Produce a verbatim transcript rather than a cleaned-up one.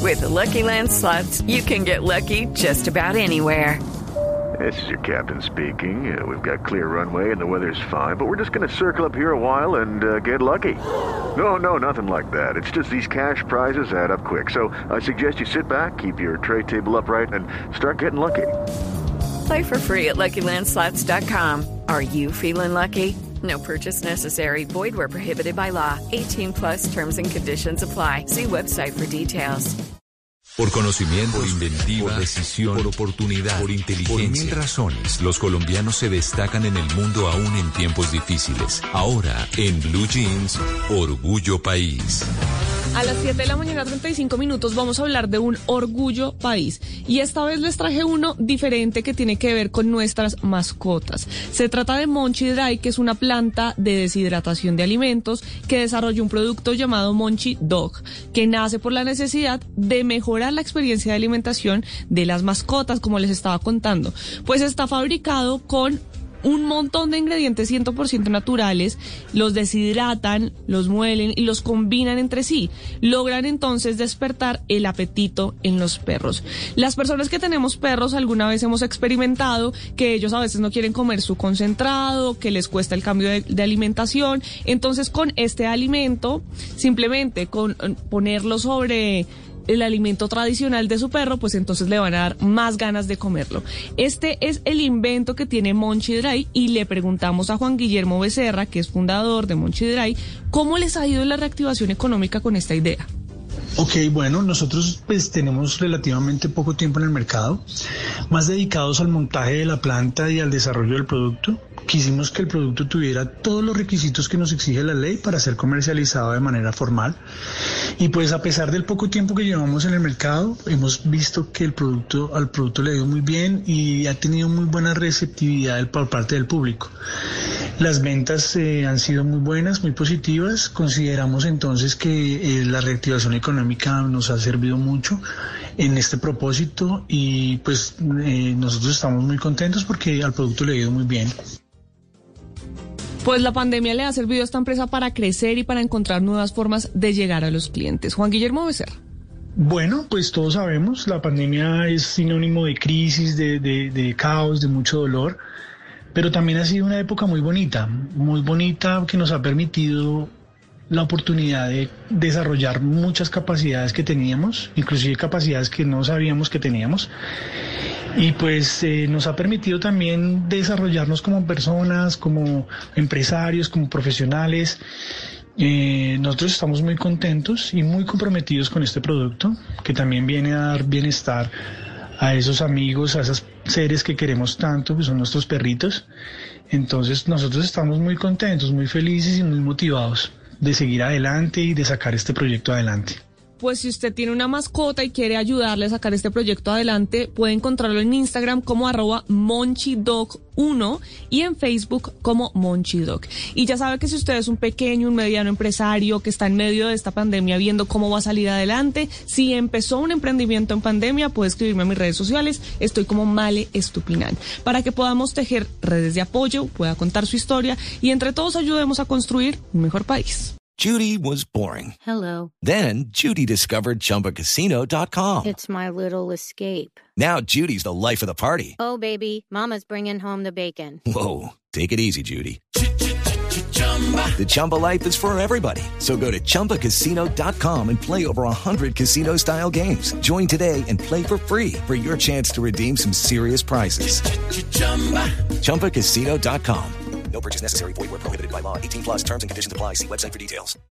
With the Lucky Land Slots, you can get lucky just about anywhere. This is your captain speaking. Uh, we've got clear runway and the weather's fine, but we're just going to circle up here a while and uh, get lucky. No, no, nothing like that. It's just these cash prizes add up quick. So I suggest you sit back, keep your tray table upright, and start getting lucky. Play for free at Lucky Land Slots dot com. Are you feeling lucky? No purchase necessary. Void where prohibited by law. eighteen plus terms and conditions apply. See website for details. Por conocimiento, por inventiva, por decisión, por oportunidad, por inteligencia. Por mil razones, los colombianos se destacan en el mundo aún en tiempos difíciles. Ahora, en Blue Jeans, Orgullo País. A las siete de la mañana, treinta y cinco minutos, vamos a hablar de un orgullo país. Y esta vez les traje uno diferente que tiene que ver con nuestras mascotas. Se trata de Monchi Dry, que es una planta de deshidratación de alimentos que desarrolló un producto llamado Monchi Dog, que nace por la necesidad de mejorar la experiencia de alimentación de las mascotas, como les estaba contando. Pues está fabricado con un montón de ingredientes cien por ciento naturales, los deshidratan, los muelen y los combinan entre sí. Logran entonces despertar el apetito en los perros. Las personas que tenemos perros alguna vez hemos experimentado que ellos a veces no quieren comer su concentrado, que les cuesta el cambio de, de alimentación. Entonces con este alimento, simplemente con ponerlo sobre el alimento tradicional de su perro, pues entonces le van a dar más ganas de comerlo. Este es el invento que tiene Monchi Dry y le preguntamos a Juan Guillermo Becerra, que es fundador de Monchi Dry, cómo les ha ido la reactivación económica con esta idea. Ok, bueno, nosotros pues tenemos relativamente poco tiempo en el mercado, más dedicados al montaje de la planta y al desarrollo del producto. Quisimos que el producto tuviera todos los requisitos que nos exige la ley para ser comercializado de manera formal. Y pues a pesar del poco tiempo que llevamos en el mercado, hemos visto que el producto, al producto le ha ido muy bien y ha tenido muy buena receptividad por parte del público. Las ventas eh, han sido muy buenas, muy positivas. Consideramos entonces que eh, la reactivación económica nos ha servido mucho en este propósito y pues eh, nosotros estamos muy contentos porque al producto le ha ido muy bien. Pues la pandemia le ha servido a esta empresa para crecer y para encontrar nuevas formas de llegar a los clientes. Juan Guillermo Becerra. Bueno, pues todos sabemos, la pandemia es sinónimo de crisis, de, de, de caos, de mucho dolor, pero también ha sido una época muy bonita, muy bonita que nos ha permitido la oportunidad de desarrollar muchas capacidades que teníamos, inclusive capacidades que no sabíamos que teníamos. Y pues eh, nos ha permitido también desarrollarnos como personas, como empresarios, como profesionales. Eh, nosotros estamos muy contentos y muy comprometidos con este producto, que también viene a dar bienestar a esos amigos, a esos seres que queremos tanto, que son nuestros perritos. Entonces nosotros estamos muy contentos, muy felices y muy motivados de seguir adelante y de sacar este proyecto adelante. Pues si usted tiene una mascota y quiere ayudarle a sacar este proyecto adelante, puede encontrarlo en Instagram como arroba monchidog uno y en Facebook como monchidog. Y ya sabe que si usted es un pequeño, un mediano empresario que está en medio de esta pandemia viendo cómo va a salir adelante, si empezó un emprendimiento en pandemia, puede escribirme a mis redes sociales. Estoy como Male Estupiñán, para que podamos tejer redes de apoyo, pueda contar su historia y entre todos ayudemos a construir un mejor país. Judy was boring. Hello. Then Judy discovered Chumba Casino dot com. It's my little escape. Now Judy's the life of the party. Oh, baby, mama's bringing home the bacon. Whoa, take it easy, Judy. The Chumba life is for everybody. So go to Chumba Casino dot com and play over one hundred casino-style games. Join today and play for free for your chance to redeem some serious prizes. Chumba Casino dot com. No purchase necessary. Void where prohibited by law. eighteen plus terms and conditions apply. See website for details.